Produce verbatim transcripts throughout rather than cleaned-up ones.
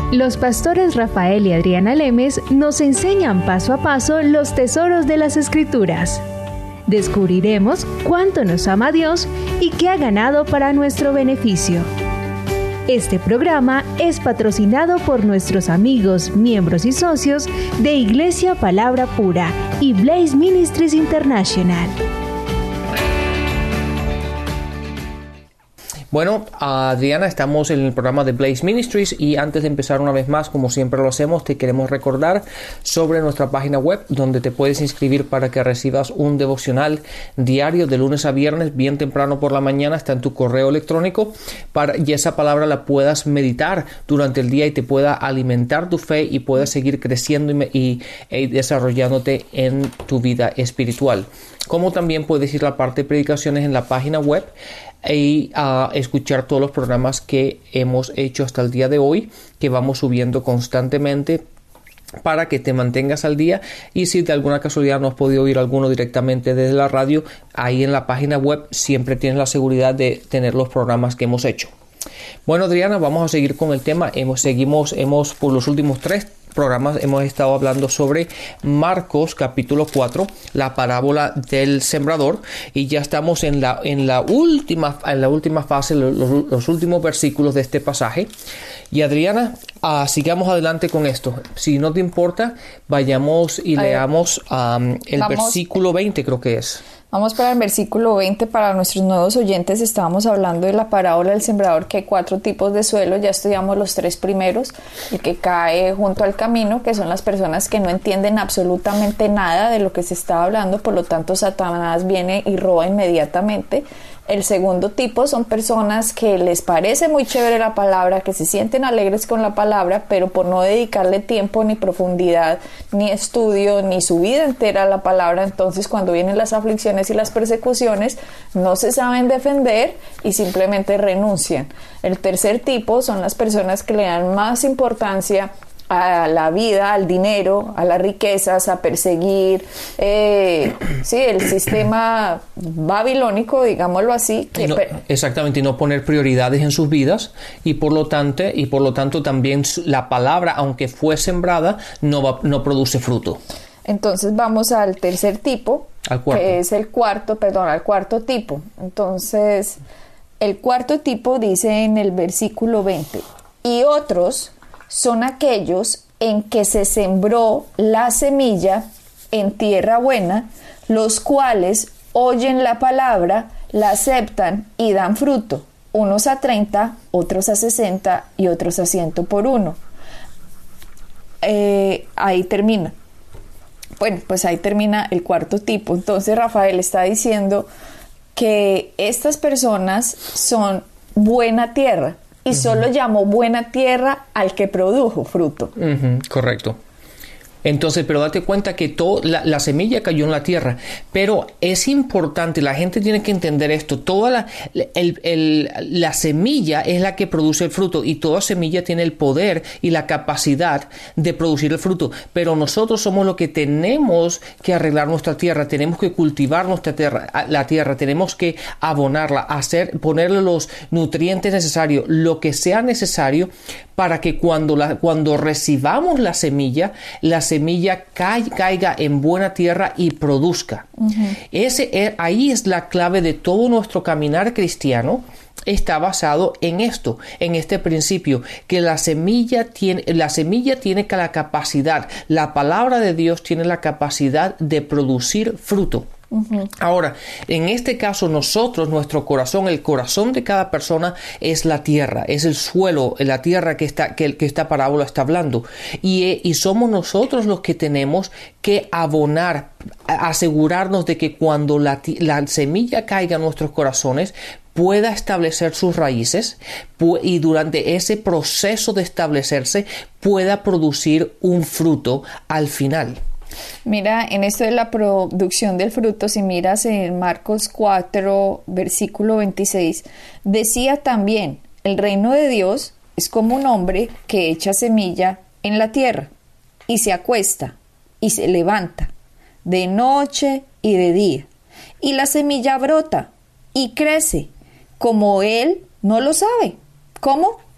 Los pastores Rafael y Adriana Lemes nos enseñan paso a paso los tesoros de las Escrituras. Descubriremos cuánto nos ama Dios y qué ha ganado para nuestro beneficio. Este programa es patrocinado por nuestros amigos, miembros y socios de Iglesia Palabra Pura y Blaze Ministries International. Bueno, Adriana, estamos en el programa de Blaze Ministries y antes de empezar una vez más, como siempre lo hacemos, te queremos recordar sobre nuestra página web donde te puedes inscribir para que recibas un devocional diario de lunes a viernes, bien temprano por la mañana, está en tu correo electrónico para, y esa palabra la puedas meditar durante el día y te pueda alimentar tu fe y puedas seguir creciendo y, y, y desarrollándote en tu vida espiritual. Como también puedes ir a la parte de predicaciones en la página web y uh, escuchar todos los programas que hemos hecho hasta el día de hoy, que vamos subiendo constantemente para que te mantengas al día. Y si de alguna casualidad no has podido oír alguno directamente desde la radio, ahí en la página web siempre tienes la seguridad de tener los programas que hemos hecho. Bueno, Adriana, vamos a seguir con el tema. Hemos, seguimos, hemos por los últimos tres programas hemos estado hablando sobre Marcos capítulo cuatro, la parábola del sembrador, y ya estamos en la en la última en la última fase, los, los últimos versículos de este pasaje. Y Adriana, uh, sigamos adelante con esto. Si no te importa, vayamos y a leamos um, el vamos, versículo veinte, creo que es. Vamos para el versículo veinte. Para nuestros nuevos oyentes, estábamos hablando de la parábola del sembrador, que hay cuatro tipos de suelo. Ya estudiamos los tres primeros, el que cae junto al camino, que son las personas que no entienden absolutamente nada de lo que se está hablando, por lo tanto Satanás viene y roba inmediatamente. El segundo tipo son personas que les parece muy chévere la palabra, que se sienten alegres con la palabra, pero por no dedicarle tiempo, ni profundidad, ni estudio, ni su vida entera a la palabra, entonces cuando vienen las aflicciones y las persecuciones, no se saben defender y simplemente renuncian. El tercer tipo son las personas que le dan más importancia a la vida, al dinero, a las riquezas, a perseguir eh, sí, el sistema babilónico, digámoslo así. Que no, exactamente, y no poner prioridades en sus vidas, y por lo tanto, y por lo tanto también la palabra, aunque fue sembrada, no, va, no produce fruto. Entonces vamos al tercer tipo, al cuarto. que es el cuarto, perdón, al cuarto tipo. Entonces, el cuarto tipo dice en el versículo veinte, y otros son aquellos en que se sembró la semilla en tierra buena, los cuales oyen la palabra, la aceptan y dan fruto, unos a treinta, otros a sesenta y otros a ciento por uno. Eh, ahí termina. Bueno, pues ahí termina el cuarto tipo. Entonces Rafael está diciendo que estas personas son buena tierra. Y solo uh-huh. llamó buena tierra al que produjo fruto. Uh-huh, correcto. Entonces, pero date cuenta que todo, la, la semilla cayó en la tierra, pero es importante, la gente tiene que entender esto, toda la, el, el, la semilla es la que produce el fruto, y toda semilla tiene el poder y la capacidad de producir el fruto, pero nosotros somos los que tenemos que arreglar nuestra tierra, tenemos que cultivar nuestra tierra, la tierra, tenemos que abonarla, hacer, ponerle los nutrientes necesarios, lo que sea necesario para que cuando, la, cuando recibamos la semilla, la semilla caiga, caiga en buena tierra y produzca. Uh-huh. Ese, ahí es la clave de todo nuestro caminar cristiano. Está basado en esto, en este principio, que la semilla tiene, la semilla tiene la capacidad, la palabra de Dios tiene la capacidad de producir fruto. Uh-huh. Ahora, en este caso nosotros, nuestro corazón, el corazón de cada persona es la tierra, es el suelo, la tierra que, está, que, que esta parábola está hablando, y, y somos nosotros los que tenemos que abonar, asegurarnos de que cuando la, la semilla caiga en nuestros corazones pueda establecer sus raíces y durante ese proceso de establecerse pueda producir un fruto al final. Mira, en esto de la producción del fruto, si miras en Marcos cuatro, versículo veintiséis, decía también, el reino de Dios es como un hombre que echa semilla en la tierra y se acuesta y se levanta de noche y de día, y la semilla brota y crece, como él no lo sabe. ¿Cómo?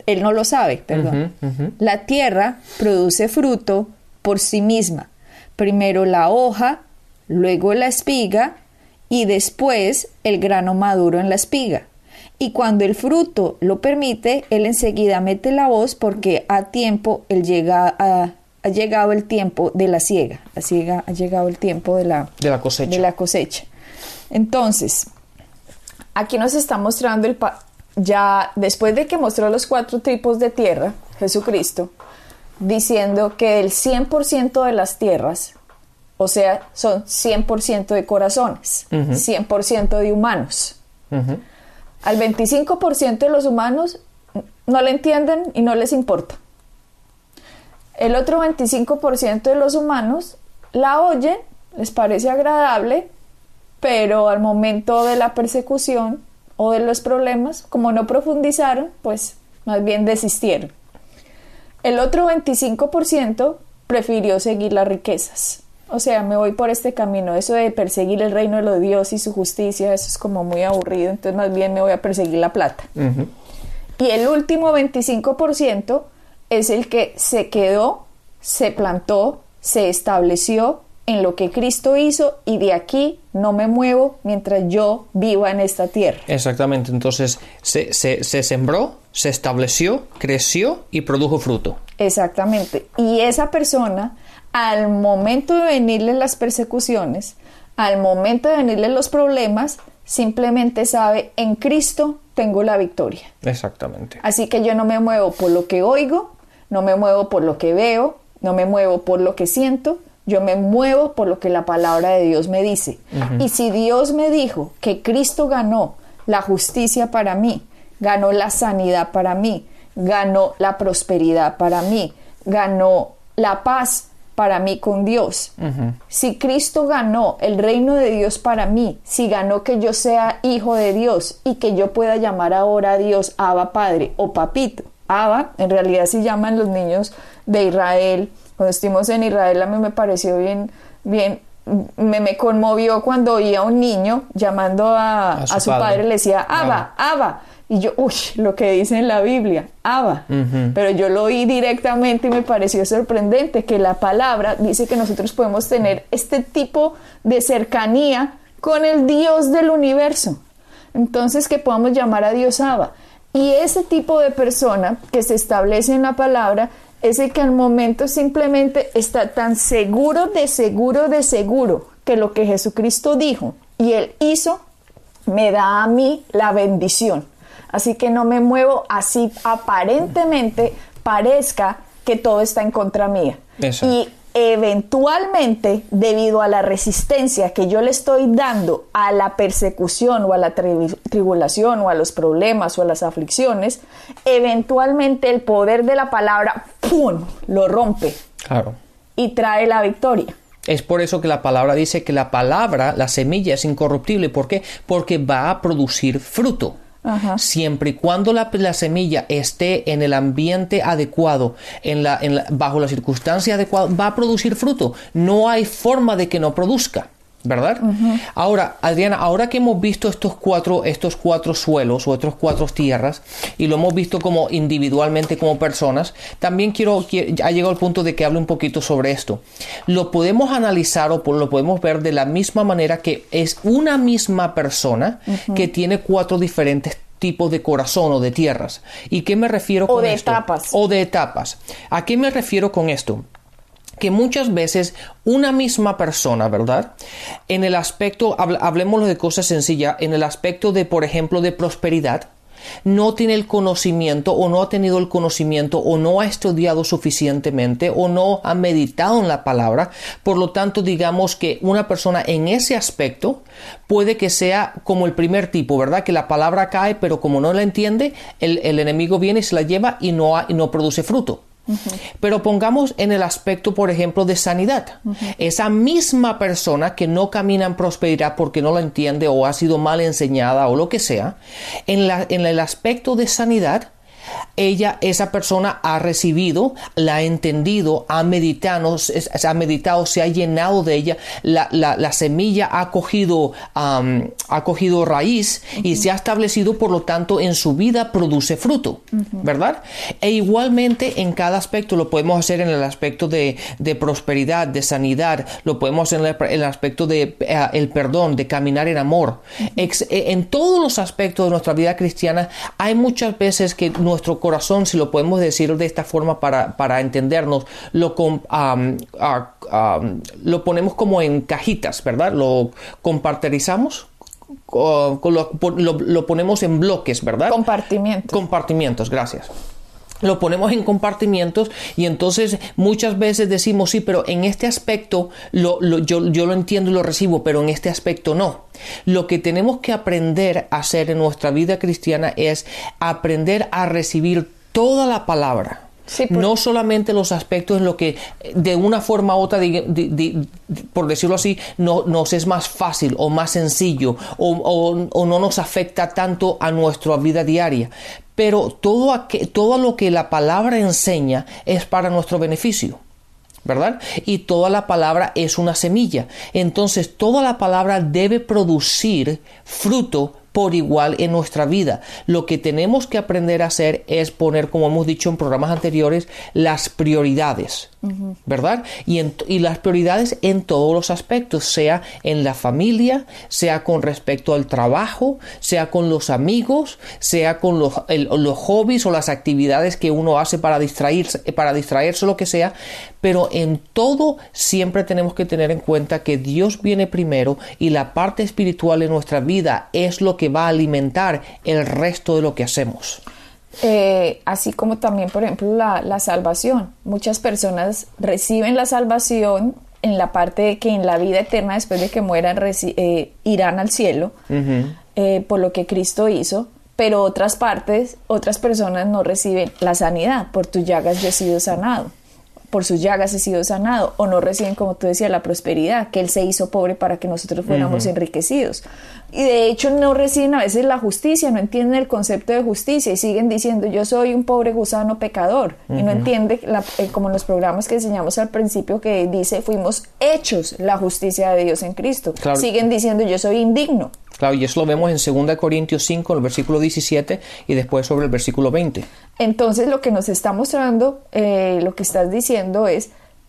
él no lo sabe, perdón. Uh-huh, uh-huh. La tierra produce fruto por sí misma. Primero la hoja, luego la espiga y después el grano maduro en la espiga. Y cuando el fruto lo permite, él enseguida mete la hoz porque a tiempo él llega a, ha llegado el tiempo de la siega. La siega ha llegado el tiempo de la, de la cosecha. De la cosecha. Entonces, aquí nos está mostrando el pa- ya después de que mostró los cuatro tipos de tierra, Jesucristo, diciendo que el cien por ciento de las tierras, o sea, son cien por ciento de corazones, uh-huh. cien por ciento de humanos. Uh-huh. Al veinticinco por ciento de los humanos no le entienden y no les importa. El otro veinticinco por ciento de los humanos la oyen, les parece agradable, pero al momento de la persecución o de los problemas, como no profundizaron, pues más bien desistieron. El otro veinticinco por ciento prefirió seguir las riquezas. O sea, me voy por este camino. Eso de perseguir el reino de los Dios y su justicia, eso es como muy aburrido. Entonces más bien me voy a perseguir la plata. Uh-huh. Y el último veinticinco por ciento es el que se quedó, se plantó, se estableció en lo que Cristo hizo y de aquí no me muevo mientras yo viva en esta tierra. Exactamente. Entonces se, se, se sembró, se estableció, creció y produjo fruto. Exactamente. Y esa persona, al momento de venirle las persecuciones, al momento de venirle los problemas, simplemente sabe, en Cristo tengo la victoria. Exactamente. Así que yo no me muevo por lo que oigo, no me muevo por lo que veo, no me muevo por lo que siento, yo me muevo por lo que la palabra de Dios me dice. Uh-huh. Y si Dios me dijo que Cristo ganó la justicia para mí, ganó la sanidad para mí, ganó la prosperidad para mí, ganó la paz para mí con Dios. Uh-huh. Si Cristo ganó el reino de Dios para mí, si ganó que yo sea hijo de Dios y que yo pueda llamar ahora a Dios Abba Padre o Papito. Abba, en realidad se llaman los niños de Israel. Cuando estuvimos en Israel a mí me pareció bien, bien, me, me conmovió cuando oía a un niño llamando a, a, su, a su padre. padre, le decía Abba, Abba. Y yo, uy, lo que dice en la Biblia, Abba. Uh-huh. Pero yo lo oí directamente y me pareció sorprendente que la palabra dice que nosotros podemos tener este tipo de cercanía con el Dios del universo. Entonces, que podamos llamar a Dios Abba. Y ese tipo de persona que se establece en la palabra es el que al momento simplemente está tan seguro de seguro de seguro que lo que Jesucristo dijo y Él hizo me da a mí la bendición. Así que no me muevo así aparentemente parezca que todo está en contra mía. Eso. Y eventualmente, debido a la resistencia que yo le estoy dando a la persecución o a la tri- tribulación o a los problemas o a las aflicciones, eventualmente el poder de la palabra, ¡pum!, lo rompe. Claro. Y trae la victoria. Es por eso que la palabra dice que la palabra, la semilla es incorruptible. ¿Por qué? Porque va a producir fruto. Ajá. Siempre y cuando la, la semilla esté en el ambiente adecuado, en la, en la, bajo las circunstancias adecuadas, va a producir fruto. No hay forma de que no produzca, ¿verdad? Uh-huh. Ahora, Adriana, ahora que hemos visto estos cuatro, estos cuatro suelos o estos cuatro tierras y lo hemos visto como individualmente como personas, también quiero, quiero ha llegado el punto de que hable un poquito sobre esto. Lo podemos analizar o lo podemos ver de la misma manera que es una misma persona uh-huh. que tiene cuatro diferentes tipos de corazón o de tierras. ¿Y qué me refiero con o de esto? etapas. O de etapas. ¿A qué me refiero con esto? Que muchas veces una misma persona, ¿verdad? En el aspecto, hablemos de cosas sencillas, en el aspecto de, por ejemplo, de prosperidad, no tiene el conocimiento o no ha tenido el conocimiento o no ha estudiado suficientemente o no ha meditado en la palabra. Por lo tanto, digamos que una persona en ese aspecto puede que sea como el primer tipo, ¿verdad? Que la palabra cae, pero como no la entiende, el, el enemigo viene y se la lleva y no, ha, y no produce fruto. Uh-huh. Pero pongamos en el aspecto, por ejemplo, de sanidad. Uh-huh. Esa misma persona que no camina en prosperidad porque no la entiende o ha sido mal enseñada o lo que sea, en, la, en el aspecto de sanidad ella, esa persona ha recibido, la ha entendido, ha meditado, se ha meditado, se ha llenado de ella, la, la, la semilla ha cogido, um, ha cogido raíz uh-huh. y se ha establecido, por lo tanto, en su vida produce fruto, uh-huh. ¿verdad? E igualmente en cada aspecto, lo podemos hacer en el aspecto de, de prosperidad, de sanidad, lo podemos hacer en el, en el aspecto de uh, el perdón, de caminar en amor. Uh-huh. Ex, en todos los aspectos de nuestra vida cristiana hay muchas veces que nuestro corazón, si lo podemos decir de esta forma para, para entendernos, lo, um, uh, um, lo ponemos como en cajitas, ¿verdad? Lo compartirizamos, uh, lo, lo, lo ponemos en bloques, ¿verdad? Compartimientos. Compartimientos, gracias. Lo ponemos en compartimientos y entonces muchas veces decimos, sí, pero en este aspecto lo, lo, yo, yo lo entiendo y lo recibo, pero en este aspecto no. Lo que tenemos que aprender a hacer en nuestra vida cristiana es aprender a recibir toda la palabra. Sí, por... No solamente los aspectos en lo que de una forma u otra, de, de, de, de, por decirlo así, no, nos es más fácil o más sencillo o, o, o no nos afecta tanto a nuestra vida diaria. Pero todo, aqu- todo lo que la palabra enseña es para nuestro beneficio, ¿verdad? Y toda la palabra es una semilla. Entonces, toda la palabra debe producir fruto por igual en nuestra vida. Lo que tenemos que aprender a hacer es poner, como hemos dicho en programas anteriores, las prioridades, uh-huh. ¿verdad? Y, en, y las prioridades en todos los aspectos, sea en la familia, sea con respecto al trabajo, sea con los amigos, sea con los, el, los hobbies o las actividades que uno hace para distraerse, para distraerse, lo que sea. Pero en todo siempre tenemos que tener en cuenta que Dios viene primero y la parte espiritual de nuestra vida es lo que va a alimentar el resto de lo que hacemos. Eh, así como también, por ejemplo, la, la salvación. Muchas personas reciben la salvación en la parte de que en la vida eterna, después de que mueran, reci- eh, irán al cielo, uh-huh. eh, por lo que Cristo hizo. Pero otras partes, otras personas no reciben la sanidad. Por tus llagas yo he sido sanado. Por sus llagas he sido sanado, o no reciben, como tú decías, la prosperidad, que Él se hizo pobre para que nosotros fuéramos uh-huh. enriquecidos. Y de hecho no reciben a veces la justicia, no entienden el concepto de justicia y siguen diciendo, yo soy un pobre gusano pecador. Uh-huh. Y no entiende, la, eh, como en los programas que enseñamos al principio, que dice, fuimos hechos la justicia de Dios en Cristo. Claro. Siguen diciendo, yo soy indigno. Claro, y eso lo vemos en segunda Corintios cinco, en el versículo diecisiete, y después sobre el versículo veinte. Entonces, lo que nos está mostrando, eh, lo que estás diciendo es,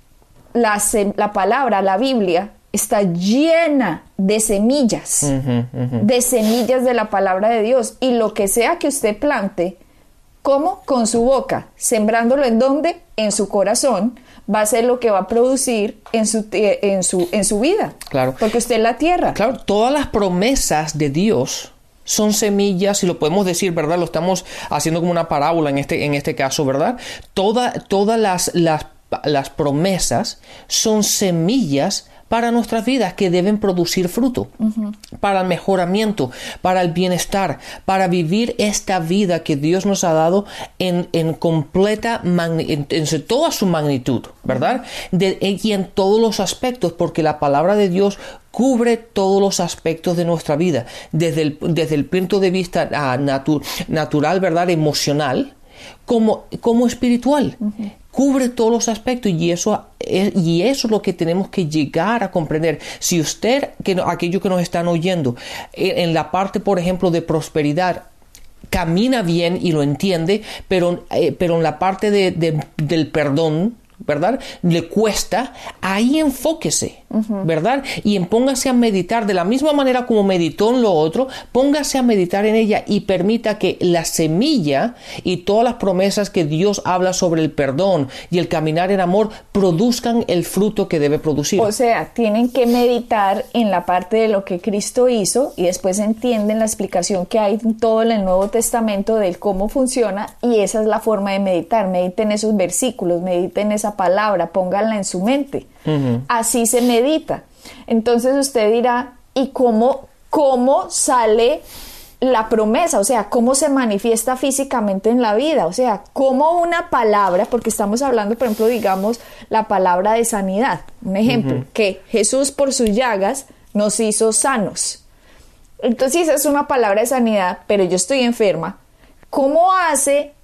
la, se- la palabra, la Biblia, está llena de semillas, uh-huh, uh-huh. de semillas de la palabra de Dios. Y lo que sea que usted plante, ¿cómo? Con su boca, sembrándolo ¿en dónde? En su corazón, va a ser lo que va a producir en su, en su, en su vida. Claro. Porque usted es la tierra. Claro, todas las promesas de Dios son semillas, y lo podemos decir, ¿verdad? Lo estamos haciendo como una parábola en este, en este caso, ¿verdad? Toda, todas las, las, las promesas son semillas para nuestras vidas que deben producir fruto, uh-huh. para el mejoramiento, para el bienestar, para vivir esta vida que Dios nos ha dado en, en completa, magni- en, en toda su magnitud, ¿verdad? De, y en todos los aspectos, porque la palabra de Dios cubre todos los aspectos de nuestra vida, desde el, desde el punto de vista uh, natu- natural, ¿verdad? Emocional, como, como espiritual. Uh-huh. Cubre todos los aspectos, y eso es, y eso es lo que tenemos que llegar a comprender. Si usted, que no, aquellos que nos están oyendo, en, en la parte, por ejemplo, de prosperidad, camina bien y lo entiende, pero, eh, pero en la parte de, de, del perdón, ¿verdad? Le cuesta, ahí enfóquese, uh-huh. ¿verdad? Y en póngase a meditar de la misma manera como meditó en lo otro, póngase a meditar en ella y permita que la semilla y todas las promesas que Dios habla sobre el perdón y el caminar en amor produzcan el fruto que debe producir. O sea, tienen que meditar en la parte de lo que Cristo hizo y después entienden la explicación que hay en todo el Nuevo Testamento de cómo funciona, y esa es la forma de meditar. Mediten esos versículos, mediten esa palabra, pónganla en su mente. Uh-huh. Así se medita. Entonces usted dirá, ¿y cómo, cómo sale la promesa? O sea, ¿cómo se manifiesta físicamente en la vida? O sea, ¿cómo una palabra, porque estamos hablando, por ejemplo, digamos, la palabra de sanidad, un ejemplo, uh-huh. que Jesús por sus llagas nos hizo sanos. Entonces esa es una palabra de sanidad, pero yo estoy enferma. ¿Cómo hace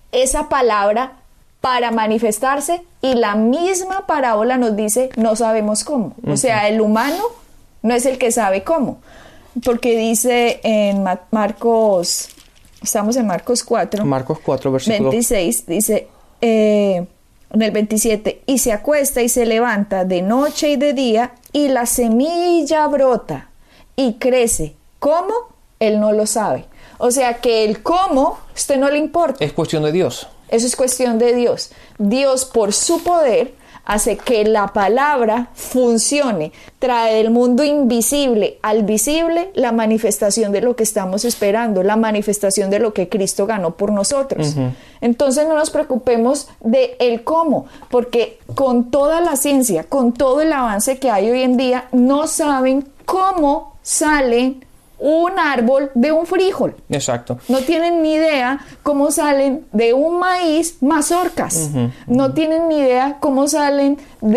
esa palabra para manifestarse, y la misma parábola nos dice, no sabemos cómo. Uh-huh. O sea, el humano no es el que sabe cómo. Porque dice en Marcos, estamos en Marcos cuatro. Marcos cuatro, versículo veintiséis, dice, eh, en el veintisiete, y se acuesta y se levanta de noche y de día, y la semilla brota y crece. ¿Cómo? Él no lo sabe. O sea que el cómo, a usted no le importa. Es cuestión de Dios. Eso es cuestión de Dios. Dios, por su poder, hace que la palabra funcione, trae del mundo invisible al visible la manifestación de lo que estamos esperando, la manifestación de lo que Cristo ganó por nosotros. Uh-huh. Entonces no nos preocupemos de el cómo, porque con toda la ciencia, con todo el avance que hay hoy en día, no saben cómo salen un árbol de un frijol. Exacto. No tienen ni idea cómo salen de un maíz mazorcas. Uh-huh, uh-huh. No tienen ni idea cómo salen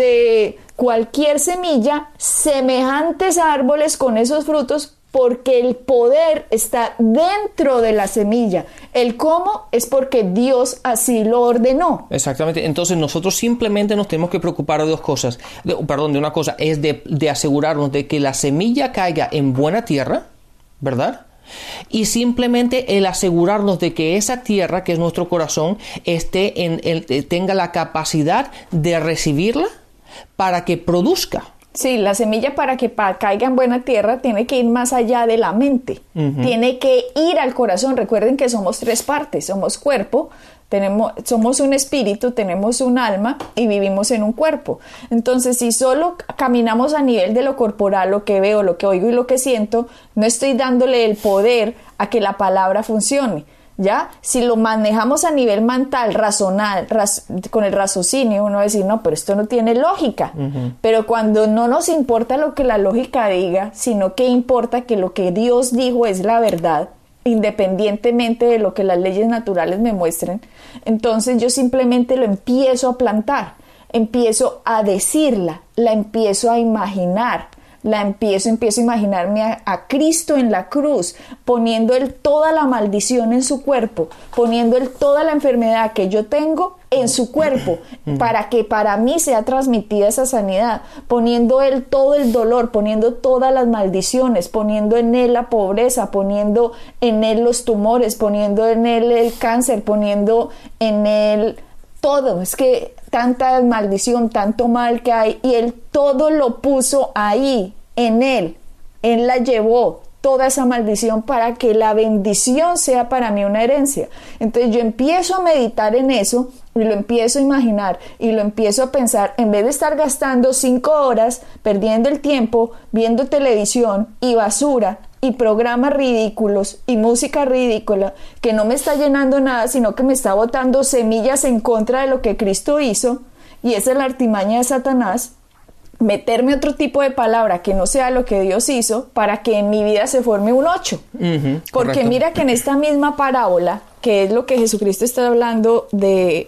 de cualquier semilla semejantes a árboles con esos frutos, porque el poder está dentro de la semilla. El cómo es porque Dios así lo ordenó. Exactamente. Entonces nosotros simplemente nos tenemos que preocupar de dos cosas. De, perdón, de una cosa, es de, de asegurarnos de que la semilla caiga en buena tierra, ¿verdad? Y simplemente el asegurarnos de que esa tierra, que es nuestro corazón, esté en, en, tenga la capacidad de recibirla para que produzca. Sí, la semilla, para que pa- caiga en buena tierra, tiene que ir más allá de la mente. Uh-huh. Tiene que ir al corazón. Recuerden que somos tres partes. Somos cuerpo, tenemos, somos un espíritu, tenemos un alma y vivimos en un cuerpo. Entonces, si solo caminamos a nivel de lo corporal, lo que veo, lo que oigo y lo que siento, no estoy dándole el poder a que la palabra funcione. ¿Ya? Si lo manejamos a nivel mental, razonal, raz, con el raciocinio, uno va a decir, no, pero esto no tiene lógica. Uh-huh. Pero cuando no nos importa lo que la lógica diga, sino que importa que lo que Dios dijo es la verdad, independientemente de lo que las leyes naturales me muestren, entonces yo simplemente lo empiezo a plantar, empiezo a decirla, la empiezo a imaginar. La empiezo, empiezo a imaginarme a, a Cristo en la cruz, poniendo Él toda la maldición en su cuerpo, poniendo Él toda la enfermedad que yo tengo en su cuerpo, para que para mí sea transmitida esa sanidad, poniendo Él todo el dolor, poniendo todas las maldiciones, poniendo en Él la pobreza, poniendo en Él los tumores, poniendo en Él el cáncer, poniendo en Él todo. Es que tanta maldición, tanto mal que hay, y Él todo lo puso ahí, en Él. Él la llevó, toda esa maldición, para que la bendición sea para mí una herencia. Entonces yo empiezo a meditar en eso, y lo empiezo a imaginar, y lo empiezo a pensar, en vez de estar gastando cinco horas, perdiendo el tiempo, viendo televisión y basura, y programas ridículos, y música ridícula, que no me está llenando nada, sino que me está botando semillas en contra de lo que Cristo hizo, y esa es la artimaña de Satanás, meterme otro tipo de palabra que no sea lo que Dios hizo, para que en mi vida se forme un ocho. Uh-huh, porque correcto. Mira que en esta misma parábola, que es lo que Jesucristo está hablando de,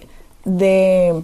de,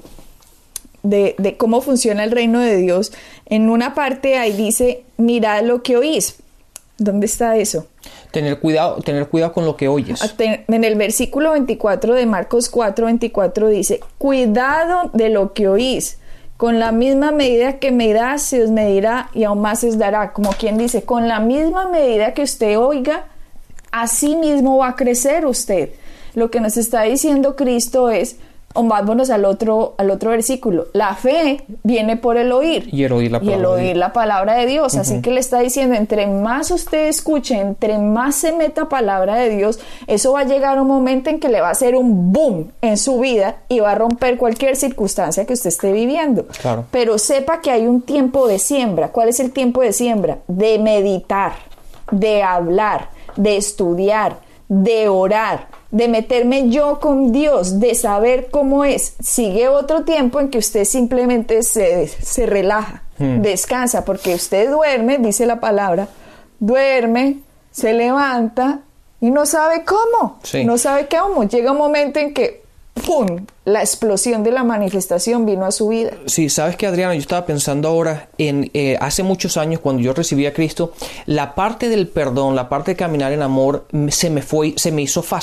de, de cómo funciona el reino de Dios, en una parte ahí dice, mirad lo que oís. ¿Dónde está eso? Tener cuidado, tener cuidado con lo que oyes. En el versículo veinticuatro de Marcos cuatro, veinticuatro dice, cuidado de lo que oís. Con la misma medida que medirás, se os medirá y aún más se os dará. Como quien dice, con la misma medida que usted oiga, así mismo va a crecer usted. Lo que nos está diciendo Cristo es, vámonos al otro, al otro versículo. La fe viene por el oír. Y el oír la palabra, y el oír la palabra de Dios. Uh-huh. Así que le está diciendo, entre más usted escuche, entre más se meta palabra de Dios, eso va a llegar a un momento en que le va a hacer un boom en su vida y va a romper cualquier circunstancia que usted esté viviendo. Claro. Pero sepa que hay un tiempo de siembra. ¿Cuál es el tiempo de siembra? De meditar, de hablar, de estudiar, de orar, de meterme yo con Dios, de saber cómo es. Sigue otro tiempo en que usted simplemente se, se relaja, hmm. descansa, porque usted duerme, dice la palabra, duerme, se levanta y no sabe cómo, sí. no sabe cómo. Llega un momento en que ¡pum!, la explosión de la manifestación vino a su vida. Sí, sabes que, Adriana, yo estaba pensando ahora en eh, hace muchos años, cuando yo recibí a Cristo, la parte del perdón, la parte de caminar en amor, se me fue, se me hizo fácil.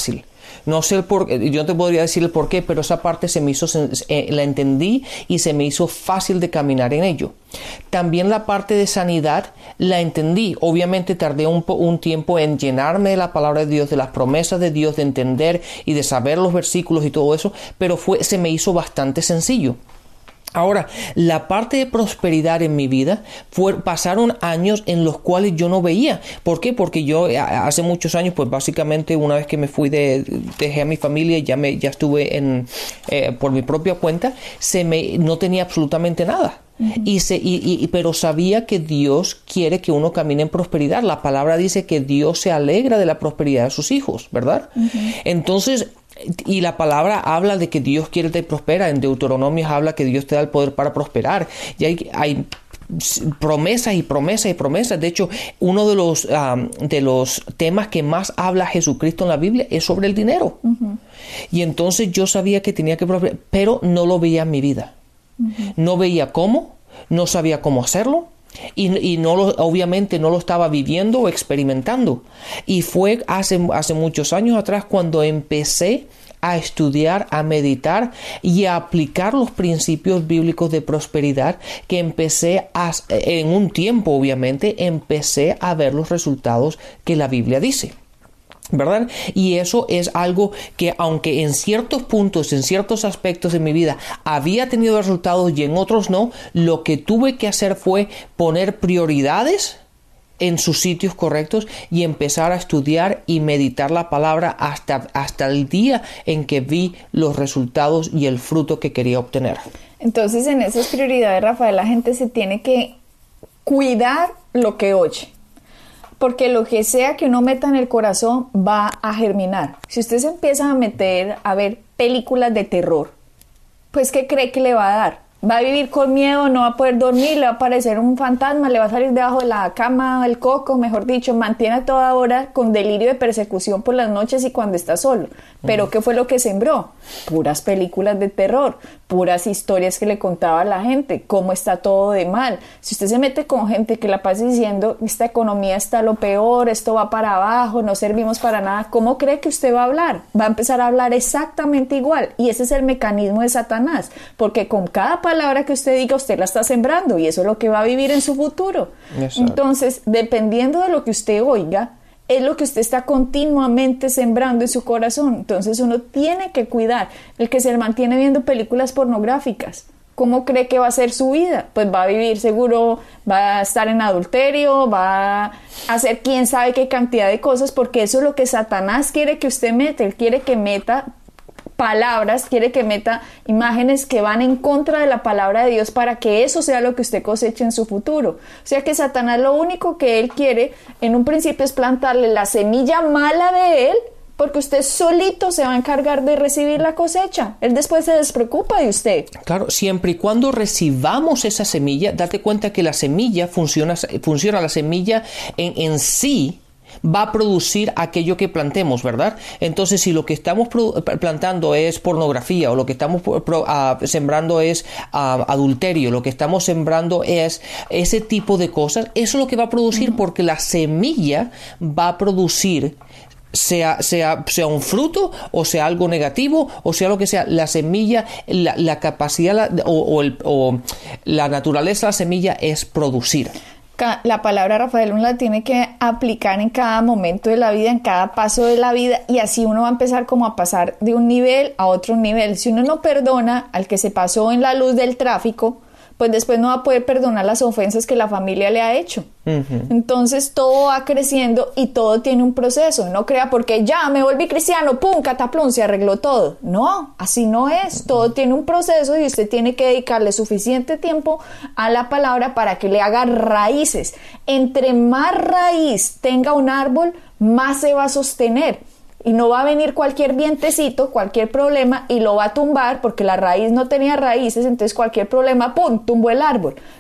No sé el por qué, yo no te podría decir el por qué, pero esa parte se me hizo, eh, la entendí y se me hizo fácil de caminar en ello. También la parte de sanidad la entendí. Obviamente tardé un, un tiempo en llenarme de la palabra de Dios, de las promesas de Dios, de entender y de saber los versículos y todo eso, pero fue, se me hizo bastante sencillo. Ahora, la parte de prosperidad en mi vida, fue, pasaron años en los cuales yo no veía. ¿Por qué? Porque yo hace muchos años, pues básicamente una vez que me fui de, dejé a mi familia, ya me, ya estuve en, eh, por mi propia cuenta, se me, no tenía absolutamente nada. Uh-huh. Y se, y, y, pero sabía que Dios quiere que uno camine en prosperidad. La palabra dice que Dios se alegra de la prosperidad de sus hijos, ¿verdad? Uh-huh. Entonces, y la palabra habla de que Dios quiere que te prospera. En Deuteronomio habla que Dios te da el poder para prosperar. Y hay, hay promesas y promesas y promesas. De hecho, uno de los, um, de los temas que más habla Jesucristo en la Biblia es sobre el dinero. Uh-huh. Y entonces yo sabía que tenía que prosperar, pero no lo veía en mi vida. Uh-huh. No veía cómo, no sabía cómo hacerlo. Y, y no lo, obviamente no lo estaba viviendo o experimentando. Y fue hace, hace muchos años atrás cuando empecé a estudiar, a meditar y a aplicar los principios bíblicos de prosperidad, que empecé a, en un tiempo obviamente, empecé a ver los resultados que la Biblia dice, ¿verdad? Y eso es algo que, aunque en ciertos puntos, en ciertos aspectos de mi vida había tenido resultados y en otros no, lo que tuve que hacer fue poner prioridades en sus sitios correctos y empezar a estudiar y meditar la palabra hasta, hasta el día en que vi los resultados y el fruto que quería obtener. Entonces, en esas prioridades, Rafael, la gente se tiene que cuidar lo que oye. Porque lo que sea que uno meta en el corazón va a germinar. Si usted se empieza a meter a ver películas de terror, pues ¿qué cree que le va a dar? Va a vivir con miedo, no va a poder dormir, le va a aparecer un fantasma, le va a salir debajo de la cama el coco, mejor dicho, mantiene a toda hora con delirio de persecución por las noches y cuando está solo. Pero uh-huh. ¿qué fue lo que sembró? Puras películas de terror, puras historias que le contaba a la gente, cómo está todo de mal. Si usted se mete con gente que la pasa diciendo, esta economía está lo peor, esto va para abajo, no servimos para nada, ¿cómo cree que usted va a hablar? Va a empezar a hablar exactamente igual. Y ese es el mecanismo de Satanás, porque con cada palabra que usted diga, usted la está sembrando y eso es lo que va a vivir en su futuro. Exacto. Entonces, dependiendo de lo que usted oiga, es lo que usted está continuamente sembrando en su corazón. Entonces, uno tiene que cuidar. El que se mantiene viendo películas pornográficas, ¿cómo cree que va a ser su vida? Pues va a vivir seguro, va a estar en adulterio, va a hacer quién sabe qué cantidad de cosas, porque eso es lo que Satanás quiere que usted meta. Él quiere que meta palabras, quiere que meta imágenes que van en contra de la palabra de Dios para que eso sea lo que usted coseche en su futuro. O sea que Satanás lo único que él quiere en un principio es plantarle la semilla mala de él, porque usted solito se va a encargar de recibir la cosecha. Él después se despreocupa de usted. Claro, siempre y cuando recibamos esa semilla, date cuenta que la semilla funciona, funciona la semilla en, en sí, va a producir aquello que plantemos, ¿verdad? Entonces, si lo que estamos plantando es pornografía o lo que estamos uh, sembrando es uh, adulterio, lo que estamos sembrando es ese tipo de cosas, eso es lo que va a producir, uh-huh. porque la semilla va a producir Sea, sea, sea un fruto o sea algo negativo o sea lo que sea, la semilla, la, la capacidad la, o, o, el, o la naturaleza de la semilla es producir. La palabra, Rafael, uno la tiene que aplicar en cada momento de la vida, en cada paso de la vida, y así uno va a empezar como a pasar de un nivel a otro nivel. Si uno no perdona al que se pasó en la luz del tráfico, pues después no va a poder perdonar las ofensas que la familia le ha hecho. Uh-huh. Entonces todo va creciendo y todo tiene un proceso. No crea porque ya me volví cristiano, pum, cataplum, se arregló todo. No, así no es. Uh-huh. Todo tiene un proceso y usted tiene que dedicarle suficiente tiempo a la palabra para que le haga raíces. Entre más raíz tenga un árbol, más se va a sostener. Y no va a venir cualquier vientecito, cualquier problema y lo va a tumbar porque la raíz no tenía raíces, entonces cualquier problema, ¡pum!, tumbó el árbol.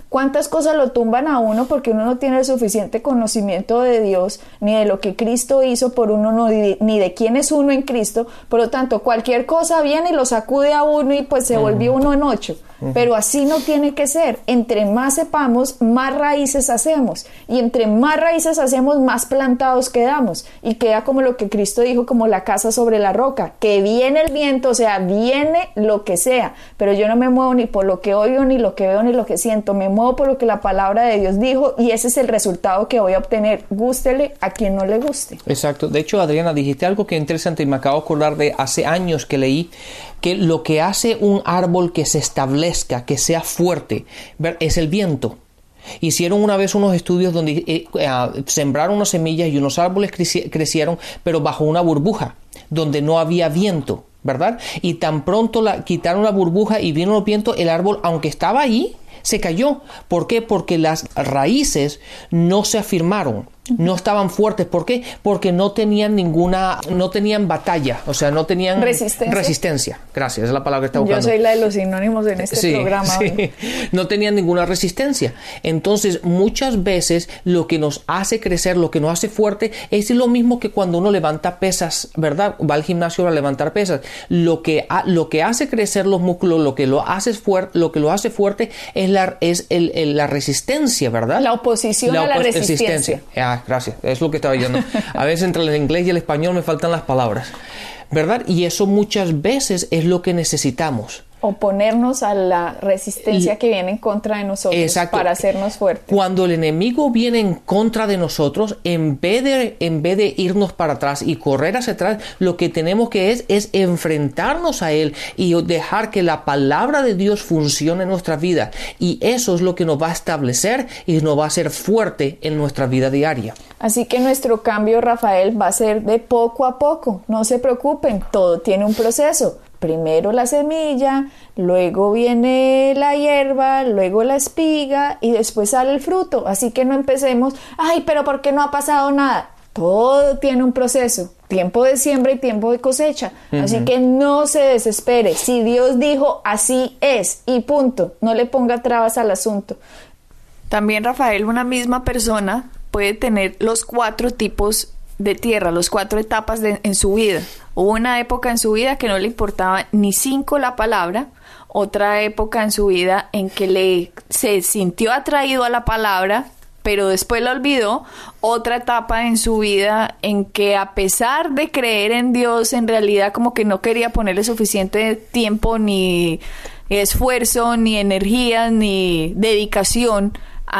¿Cuántas cosas lo tumban a uno porque uno no tiene el suficiente conocimiento de Dios, ni de lo que Cristo hizo por uno, no, ni de quién es uno en Cristo? Por lo tanto, cualquier cosa viene y lo sacude a uno y pues se volvió uno en ocho. Pero así no tiene que ser. Entre más sepamos, más raíces hacemos. Y entre más raíces hacemos, más plantados quedamos. Y queda como lo que Cristo dijo, como la casa sobre la roca. Que viene el viento, o sea, viene lo que sea. Pero yo no me muevo ni por lo que oigo, ni lo que veo, ni lo que siento. Me muevo por lo que la palabra de Dios dijo, y ese es el resultado que voy a obtener. Gústele a quien no le guste. Exacto. De hecho, Adriana, dijiste algo que es interesante y me acabo de acordar de hace años que leí, que lo que hace un árbol que se establezca, que sea fuerte, es el viento. Hicieron una vez unos estudios donde eh, eh, sembraron unas semillas y unos árboles creci- crecieron, pero bajo una burbuja, donde no había viento, ¿verdad? Y tan pronto la, quitaron la burbuja y vino el viento, el árbol, aunque estaba ahí, se cayó. ¿Por qué? Porque las raíces no se afirmaron. No estaban fuertes. ¿Por qué? Porque no tenían ninguna, no tenían batalla, o sea, no tenían resistencia. Resistencia. Gracias, es la palabra que está buscando. Yo soy la de los sinónimos en este sí, programa. Sí. No tenían ninguna resistencia. Entonces, muchas veces lo que nos hace crecer, lo que nos hace fuerte, es lo mismo que cuando uno levanta pesas, ¿verdad? Va al gimnasio para levantar pesas. Lo que, ha, lo que hace crecer los músculos, lo que lo hace fuerte, lo que lo hace fuerte es la, es el, el, la resistencia, ¿verdad? La oposición la a la opos- resistencia. resistencia. Ah, gracias, es lo que estaba diciendo. A veces entre el inglés y el español me faltan las palabras, ¿verdad? Y eso muchas veces es lo que necesitamos. Oponernos a la resistencia que viene en contra de nosotros. Exacto. Para hacernos fuertes. Cuando el enemigo viene en contra de nosotros, en vez de, en vez de irnos para atrás y correr hacia atrás, lo que tenemos que es, es enfrentarnos a él y dejar que la palabra de Dios funcione en nuestra vida. Y eso es lo que nos va a establecer y nos va a hacer fuerte en nuestra vida diaria. Así que nuestro cambio, Rafael, va a ser de poco a poco. No se preocupen, todo tiene un proceso. Primero la semilla, luego viene la hierba, luego la espiga y después sale el fruto. Así que no empecemos, ay, pero ¿por qué no ha pasado nada? Todo tiene un proceso, tiempo de siembra y tiempo de cosecha. Uh-huh. Así que no se desespere. Si Dios dijo, así es y punto. No le ponga trabas al asunto. También, Rafael, una misma persona puede tener los cuatro tipos de tierra, los cuatro etapas de, en su vida. Hubo una época en su vida que no le importaba ni cinco la palabra, otra época en su vida en que le se sintió atraído a la palabra, pero después la olvidó, otra etapa en su vida en que a pesar de creer en Dios, en realidad como que no quería ponerle suficiente tiempo, ni esfuerzo, ni energía, ni dedicación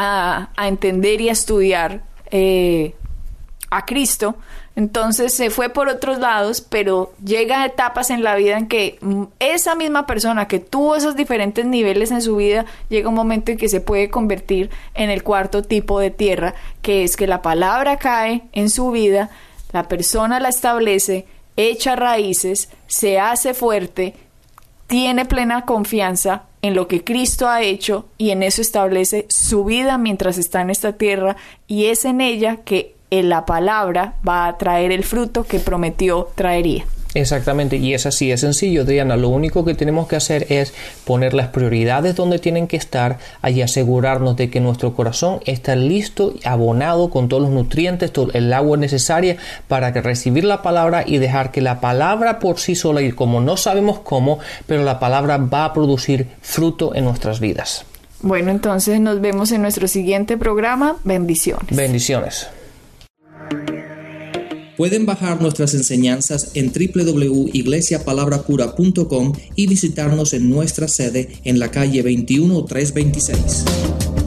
a, a entender y a estudiar eh, a Cristo. Entonces se fue por otros lados, pero llega a etapas en la vida en que esa misma persona que tuvo esos diferentes niveles en su vida, llega un momento en que se puede convertir en el cuarto tipo de tierra, que es que la palabra cae en su vida, la persona la establece, echa raíces, se hace fuerte, tiene plena confianza en lo que Cristo ha hecho y en eso establece su vida mientras está en esta tierra, y es en ella que en la palabra va a traer el fruto que prometió traería. Exactamente, y es así, es sencillo, Diana. Lo único que tenemos que hacer es poner las prioridades donde tienen que estar y asegurarnos de que nuestro corazón está listo, abonado con todos los nutrientes, todo el agua necesaria para que recibir la palabra y dejar que la palabra por sí sola, y como no sabemos cómo, pero la palabra va a producir fruto en nuestras vidas. Bueno, entonces nos vemos en nuestro siguiente programa. Bendiciones. Bendiciones. Pueden bajar nuestras enseñanzas en doble u doble u doble u punto iglesia palabra cura punto com y visitarnos en nuestra sede en la calle veintiuno trescientos veintiséis.